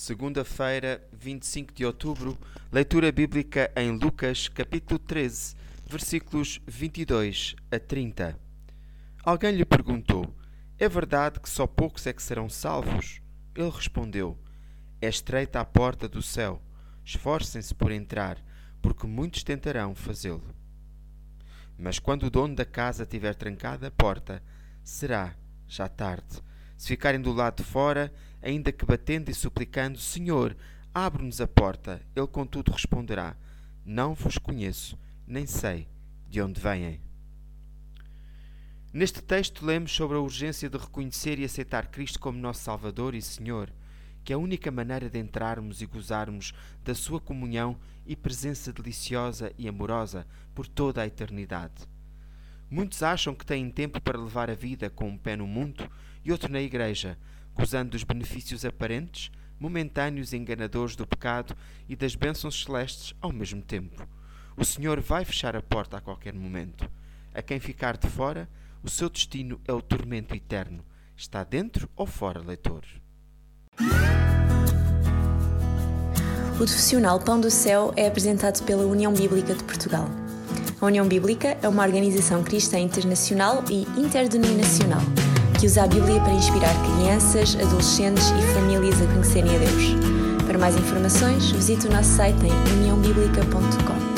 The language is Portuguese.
Segunda-feira, 25 de outubro, leitura bíblica em Lucas, capítulo 13, versículos 22 a 30. Alguém lhe perguntou: é verdade que só poucos é que serão salvos? Ele respondeu: é estreita a porta do céu, esforcem-se por entrar, porque muitos tentarão fazê-lo. Mas quando o dono da casa tiver trancado a porta, será já tarde. Se ficarem do lado de fora, ainda que batendo e suplicando: Senhor, abre-nos a porta, ele contudo responderá: não vos conheço, nem sei de onde vêm. Neste texto lemos sobre a urgência de reconhecer e aceitar Cristo como nosso Salvador e Senhor, que é a única maneira de entrarmos e gozarmos da sua comunhão e presença deliciosa e amorosa por toda a eternidade. Muitos acham que têm tempo para levar a vida com um pé no mundo e outro na igreja, gozando dos benefícios aparentes, momentâneos e enganadores do pecado e das bênçãos celestes ao mesmo tempo. O Senhor vai fechar a porta a qualquer momento. A quem ficar de fora, o seu destino é o tormento eterno. Está dentro ou fora, leitor? O Devocional Pão do Céu é apresentado pela União Bíblica de Portugal. A União Bíblica é uma organização cristã internacional e interdenominacional que usa a Bíblia para inspirar crianças, adolescentes e famílias a conhecerem a Deus. Para mais informações, visite o nosso site em uniãobiblica.com.